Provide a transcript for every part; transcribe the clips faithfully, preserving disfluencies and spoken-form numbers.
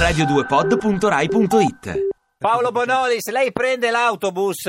radio due pod punto rai punto it. Paolo Bonolis, lei prende l'autobus?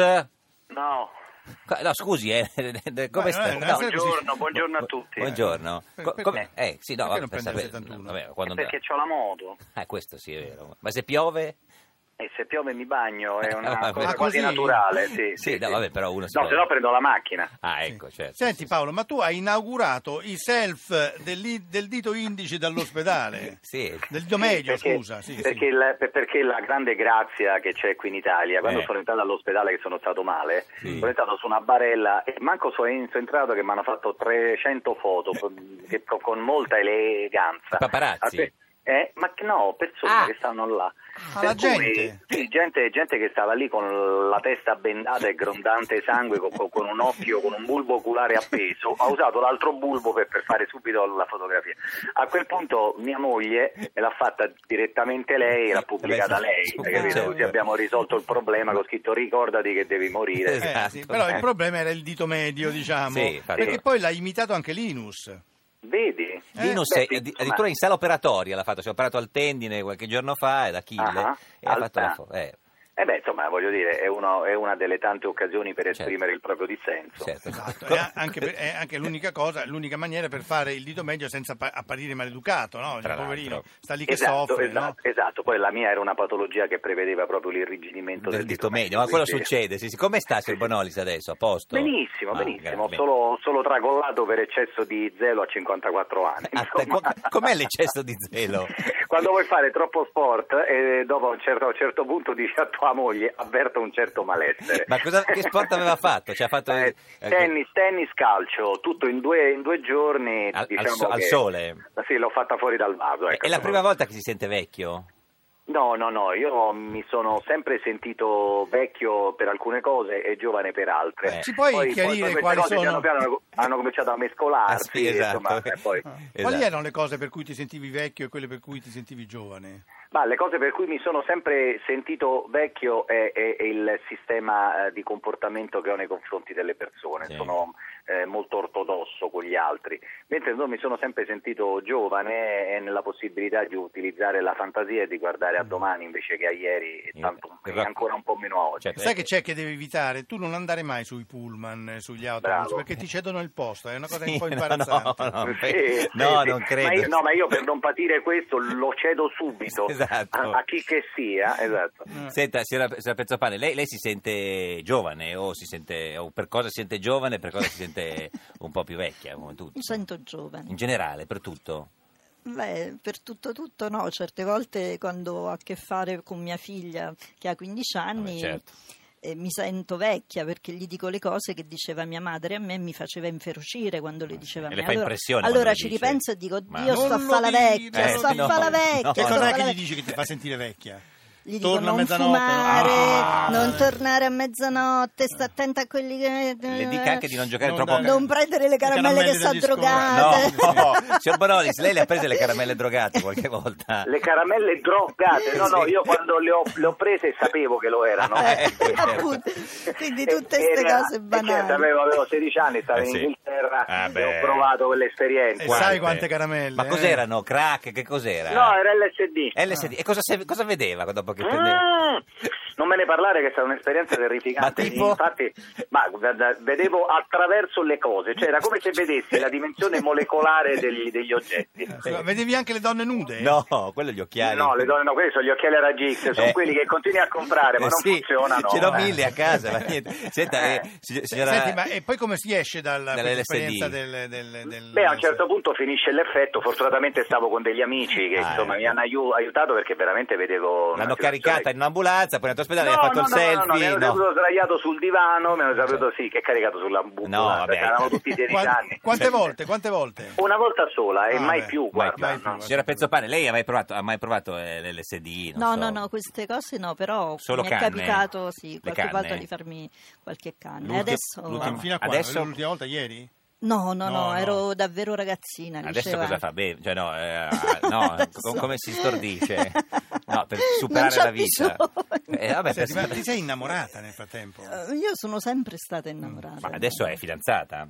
No. No, scusi, eh. Come sta? No, buongiorno, buongiorno a tutti. Buongiorno. Co- come- Eh, sì, no, Perché vabbè, non per prende il sapere- settantuno? no, vabbè, quando Perché c'ho la moto Ah, questo sì è vero. Ma se piove? e se piove mi bagno, è una Vabbè. cosa Ah, quasi così? naturale. Sì, Sì, sì, no, sì. vabbè, però uno si No, può- se no prendo la macchina. Ah, ecco, certo. Senti Paolo, ma tu hai inaugurato i self del, del dito indice dall'ospedale? Sì. Del dito medio, Perché, scusa. Sì, perché, sì. il- per- perché la grande grazia che c'è qui in Italia, quando Eh. sono entrato all'ospedale che sono stato male, Sì. sono entrato su una barella e manco sono in- sono entrato che mi hanno fatto trecento foto con, che- con molta eleganza. Paparazzi? Ah, eh, ma che no, persone Ah. che stanno là. Ah, Per la cui, gente? sì, gente, gente che stava lì con la testa bendata e grondante sangue, con, con- con un occhio, con un bulbo oculare appeso. Ha usato l'altro bulbo per, per fare subito la fotografia. A quel punto mia moglie me l'ha fatta direttamente lei e l'ha pubblicata Beh, lei. sì, Capito? certo. Così abbiamo risolto il problema, che ho scritto ricordati che devi morire. Eh, Esatto. sì, però il problema era il dito medio, diciamo. Sì, infatti. Perché poi l'ha imitato anche Linus. Vedi? Linus Beh, è- sì, addi- insomma. addirittura in sala operatoria l'ha fatto, si è operato al tendine qualche giorno fa, è l'Achille, Ah, e ha al- fatto la ah. foto. Eh, Eh beh, insomma, voglio dire, è, uno- è una delle tante occasioni per Certo. esprimere il proprio dissenso. certo. Esatto, è a- anche, per- è anche l'unica cosa, l'unica maniera per fare il dito medio senza pa- apparire maleducato, no? Il Tra poverino l'altro. sta lì che Esatto, soffre, esatto, no? esatto. Poi la mia era una patologia che prevedeva proprio l'irrigidimento Del dito medio, ma quello quindi- succede. Sì, sì. Come sta, signor Bonolis, adesso? A posto? Benissimo, Ah, benissimo, grazie. solo, solo tracollato per eccesso di zelo a cinquantaquattro anni. Ah, te- insomma. co- com'è l'eccesso di zelo? Quando vuoi fare troppo sport e dopo a un certo, a un certo punto dici a tua moglie avverto un certo malessere. Ma cosa- che sport aveva fatto? Cioè, ha fatto Eh, eh, tennis, tennis, calcio, tutto in due, in due giorni. Al- al diciamo so- al che- sole? Sì, l'ho fatta fuori dal vaso. Ecco, È la insomma. prima volta che si sente vecchio? No, no, no, io mi sono sempre sentito vecchio per alcune cose e giovane per altre. Eh. Ci puoi Poi- chiarire poi queste quali cose sono- piano piano hanno, hanno cominciato a mescolarsi, Ah, sì, esatto. insomma, e poi... Quali Esatto. erano le cose per cui ti sentivi vecchio e quelle per cui ti sentivi giovane? Ma le cose per cui mi sono sempre sentito vecchio è, è- è il sistema eh, di comportamento che ho nei confronti delle persone. Sì. Sono eh, molto ortodosso con gli altri, mentre no, mi sono sempre sentito giovane e nella possibilità di utilizzare la fantasia e di guardare a domani invece che a ieri e, tanto, Eh, e ancora un po' meno a oggi. Cioè, Sai eh, che c'è che devi evitare? Tu non andare mai sui pullman, eh, sugli autobus, Bravo. perché ti cedono il posto, è una cosa sì, un po' no, imbarazzante. no, no, Sì, pe- sì, no, sì. non credo. Ma io, no, ma io per non patire questo lo cedo subito Esatto. a, a chi che sia. Esatto. Senta, signora, signora Pezzopane, lei, lei si sente giovane o si sente o per cosa si sente giovane e per cosa si sente un po' più vecchia, come tutti? Mi sento giovane. In generale, per tutto? Beh, per tutto tutto no, certe volte quando ho a che fare con mia figlia che ha quindici anni Vabbè, certo. eh, mi sento vecchia perché gli dico le cose che diceva mia madre, a me mi faceva inferocire quando le diceva E a le me. fa allora, impressione allora quando ci le dice. ripenso e dico, Ma io sto a non lo fa la dire, vecchia, eh, sto a no, fa la vecchia. no. Che sto a cos'è fa che la gli dici che ti fa sentire vecchia? Gli dico Torna a non mezzanotte, fumare, ah. non tornare a mezzanotte, sta attenta a quelli che... Le dica anche di non giocare Non troppo... dare- Non prendere le caramelle, caramelle che sono degli scuoli. drogate. No, no, signor Bonolis, lei le ha prese le caramelle drogate qualche volta? Le caramelle drogate, no, no, Sì. io quando le ho, le ho prese sapevo che lo erano. Ah, Eh, ecco, certo. appunto. Quindi E- tutte e queste era- cose e banali. certo, avevo, avevo sedici anni, stavo Eh, in sì. Inghilterra Ah, e beh. ho provato quell'esperienza. E Quante? sai quante caramelle? Ma eh? cos'erano? Crack? Che cos'era? No, era L S D. L S D. E cosa, se- cosa vedeva dopo che prendeva? Mm, non me ne parlare che è stata un'esperienza terrificante. Ma tipo? Infatti, ma guarda, vedevo attraverso le cose, cioè era come se vedessi la dimensione molecolare degli, degli oggetti. Sì, ma vedevi anche le donne nude? No, quello gli occhiali. No, le donne no, quelli sono gli occhiali a raggi X, sono Eh. quelli che continui a comprare, ma Eh non sì, funzionano. Ce n'ho Eh. mille a casa, ma niente. Senta, eh, sig- signora... Senti, ma e poi come si esce dalla Dall'L S D? esperienza del, del, del... Beh, a un certo punto finisce l'effetto, fortunatamente stavo con degli amici che Ah, insomma ecco. mi hanno aiu- aiutato perché veramente vedevo... una L'hanno situazione- caricata in un'ambulanza, poi è andato all'ospedale, No, ha fatto no, il no, no, selfie. no, mi hanno no. saputo sdraiato sul divano, mi hanno saputo sì, che è caricato sulla No, bubola, vabbè. eravamo tutti sedici Quan- anni. Quante volte? Quante volte? Una volta sola e Ah, mai beh, più, Mai guarda. mai più. no. Signora Pezzopane, lei ha mai provato, ha mai provato eh, l'L S D? Non No, so. no, no, queste cose no, però Solo mi canne? è capitato sì, Le qualche canne? volta di farmi qualche canna. E L'ultimo- adesso l'ultimo- Fino a quando? Adesso- L'ultima volta ieri? no, no, no, No, no. ero davvero ragazzina. Adesso diceva- cosa fa? Beh, cioè no, eh, no, Adesso- co- come si stordisce? No, per Non superare c'ha la vita. bisogno. Eh, vabbè, Senti, per- ma ti sei innamorata nel frattempo? Eh, Io sono sempre stata innamorata. ma adesso è fidanzata?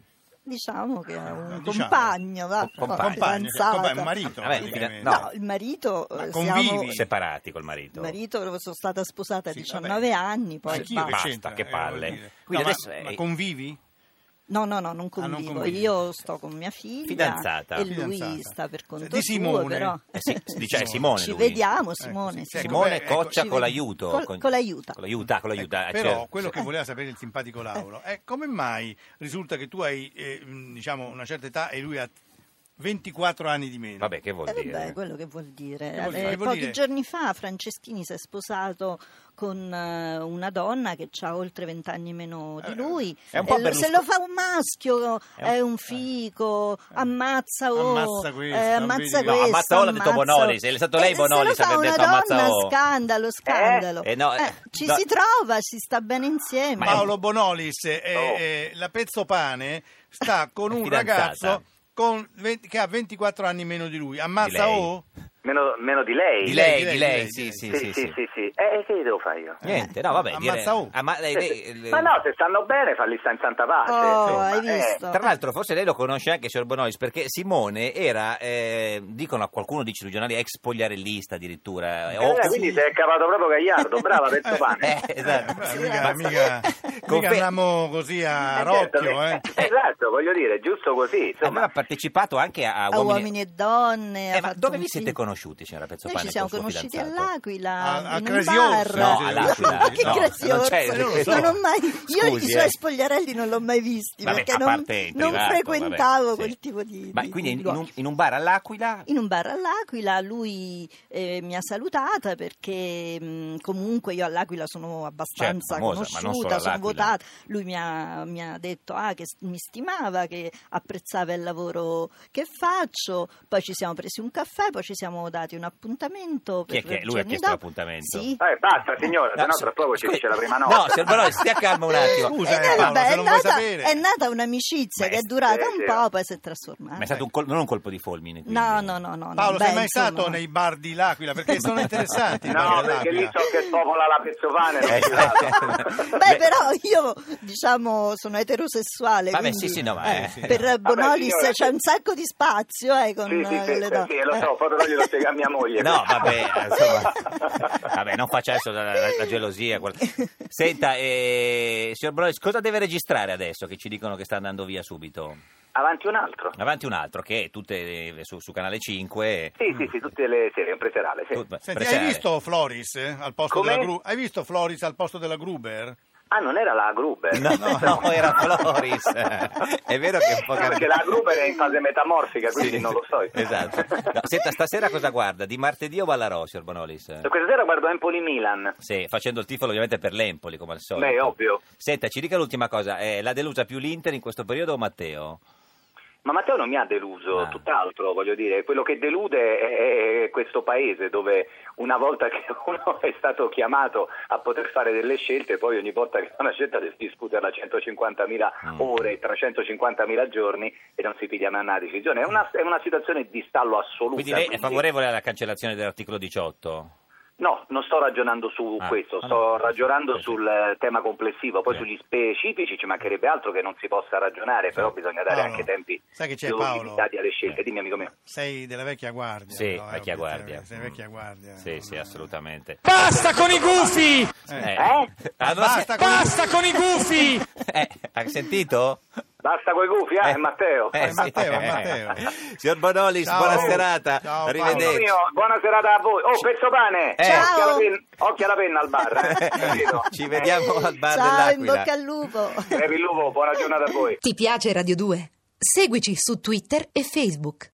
diciamo che è un Diciamo. compagno, va, Com- no, compagno, fidanzata. Compagno, un marito. Vabbè, praticamente. no. No, il marito, Ma eh, convivi? siamo... Separati col marito. Il marito, sono stata sposata a Sì, diciannove vabbè. anni, poi Anch'io che basta. Basta, c'entra, che eh, palle. voglio dire. Quindi No, adesso ma, è- ma convivi? No, no, no, non convivo. convivi. Io sto con mia figlia Fidanzata. e lui Fidanzata. sta per conto Di suo, Simone. però. Eh sì, dice Simone Ci lui. vediamo, Simone. Ecco, sì, sì. Simone Ecco, Coccia ci con vedi- l'aiuto. Col- con l'aiuta. Con l'aiuta, con l'aiuta. Ecco, eh, però certo. quello che voleva sapere il simpatico Lauro è come mai risulta che tu hai eh, mh, diciamo una certa età e lui ha ventiquattro anni di meno. Vabbè, che vuol Eh, dire? vabbè, quello che vuol dire. Che vuol dire? Eh, Che vuol pochi dire? giorni fa Franceschini si è sposato con eh, una donna che ha oltre vent'anni meno di lui. È un po' E lo- Berlusconi. se lo fa un maschio È un- è un fico, ammazza o Ammazza questo, eh, ammazza vedi? No, questo, ammazza o l'ha detto ammazza Bonolis, o. è stato lei Eh, Bonolis se lo a fa aver una detto ammazza donna, o. scandalo, scandalo. Eh, no, eh, Eh, ci no. si trova, si sta bene insieme. Ma è- Paolo Bonolis, eh, Oh. eh, la Pezzopane sta con un Fidanzata. ragazzo con venti che ha ventiquattro anni meno di lui. Ammazza Di lei. o? Meno, meno di lei? Di lei, di lei, di lei, di lei, sì, di sì, Sì, sì, sì, sì. sì, sì. Eh, che devo fare io? Niente, no, vabbè. dire- Ammazza o. Ah, ma lei- lei- le- Ma no, se stanno bene, falli sta in santa pace. Oh, insomma, hai eh. visto? Tra l'altro, forse lei lo conosce anche, signor Bonolis, perché Simone era, eh, dicono a qualcuno dice sui giornali, ex spogliarellista addirittura. Eh, quindi si è cavato proprio Gagliardo, brava Pezzopane. Eh, esatto. Eh, mica, Ma- mica, Confe- mica andiamo così a Eh, certo, rocchio, eh. Esatto, voglio dire, giusto così. Insomma. Aveva partecipato anche a, a A uomini e donne. Eh, ha ma fatto dove un vi siete film. conosciuti, signora Pezzopane? Noi ci siamo col suo conosciuti fidanzato? all'Aquila, A- a in un Crasiorsa, bar. No, sì, all'Aquila, Ma che no, Crasiorsa? non c'è- non lo so. Non ho mai, io Scusi, i suoi eh. spogliarelli non l'ho mai visti Vabbè, perché a non, parte in non privato, frequentavo vabbè, quel sì. tipo di, Ma di- quindi di in, in luoghi. un, in un bar all'Aquila? In un bar all'Aquila lui eh, mi ha salutata perché mh, comunque io all'Aquila sono abbastanza Certo, famosa, ma non solo conosciuta, sono all'Aquila. votata. Lui mi ha, mi ha detto ah, che s- mi stimava, che apprezzava il lavoro che faccio, poi ci siamo presi un caffè, poi ci siamo dati un appuntamento. Chi è per che- lui ha giorni chiesto dopo. l'appuntamento? Sì. Eh, basta signora, No, sennò s- tra poco ci scusi- dice la prima No, nota. signor Bonolis, stia calmo un attimo. Scusa, Eh, eh, Paolo, vabbè, se è, non vuoi nata, sapere. è nata un'amicizia Beh, che è durata sì, un sì. po', poi si è Ma trasformata. è stato un col- non un colpo di fulmine, quindi. No, no, no, no. Paolo, no. sei Beh, mai insomma, stato nei bar di L'Aquila? Perché sono interessanti i bar No, dell'Aquila. perché lì so che spopola la Pezzopane. non Eh, ci vado. Beh, però io, diciamo, sono eterosessuale. Vabbè, quindi, sì, sì, no, ma eh, eh, sì. per Bonolis signora, c'è sì. un sacco di spazio eh, con, Sì, sì, eh, sì, con le sì, donne. sì, lo so, poi però glielo spiega a mia moglie. No, vabbè, insomma, vabbè, non faccia adesso la, la- la gelosia. qual- Senta, eh, signor Bonolis, cosa deve registrare adesso che ci dicono che sta andando via subito? Avanti un altro. Avanti un altro, che è tutte le- su, su Canale cinque. Sì, sì, sì, tutte le serie, un preserale, sì. tu- Senti, preserale. hai visto Floris eh, al posto Come? della Gru- Hai visto Floris al posto della Gruber? Ah, non era la Gruber? No, no, era Floris. È vero che è un po' No, perché cambiato. la Gruber è in fase metamorfica, quindi Sì, non lo so. Esatto. No, senta, stasera cosa guarda? Di martedì o Ballarò, signor Bonolis? Questa sera guardo Empoli-Milan. Sì, facendo il tifo ovviamente per l'Empoli, come al solito. Beh, ovvio. Senta, ci dica l'ultima cosa, eh, l'ha delusa più l'Inter in questo periodo o Matteo? Ma Matteo non mi ha deluso, Ah. tutt'altro, voglio dire, quello che delude è, è questo paese dove una volta che uno è stato chiamato a poter fare delle scelte, poi ogni volta che fa una scelta deve discuterla centocinquantamila Mm. ore, trecentocinquantamila giorni e non si piglia mai una decisione. È una, è una situazione di stallo assoluto. Quindi lei è favorevole alla cancellazione dell'articolo diciotto? No, non sto ragionando su Ah, questo, ah, sto no. ragionando Sì, sì. sul eh, tema complessivo, poi Sì. sugli specifici ci mancherebbe altro che non si possa ragionare, però bisogna dare Paolo, anche tempi sai che c'è, più Paolo? limitati alle scelte. Sì. Dimmi amico mio. Sei della vecchia guardia. Sì, però, eh, vecchia sei- guardia. Sei vecchia guardia. Sì, sì, assolutamente. Basta con i gufi! Eh. Eh? Ah, non Basta si- con- Basta con i gufi! Eh, ha sentito? Basta coi gufi, ah, è Matteo. Eh, È Matteo, è Matteo. Signor Bonolis, Ciao. buona serata. Ciao, Paolo. Amico Arrivederci. mio, buona serata a voi. Oh, Pezzopane! Eh. Ciao. Occhio alla penna, occhio alla penna al bar. Eh. Capito? Ci vediamo al bar Ciao, in dell'Aquila. bocca al lupo. Per il lupo, buona giornata a voi. Ti piace Radio due? Seguici su Twitter e Facebook.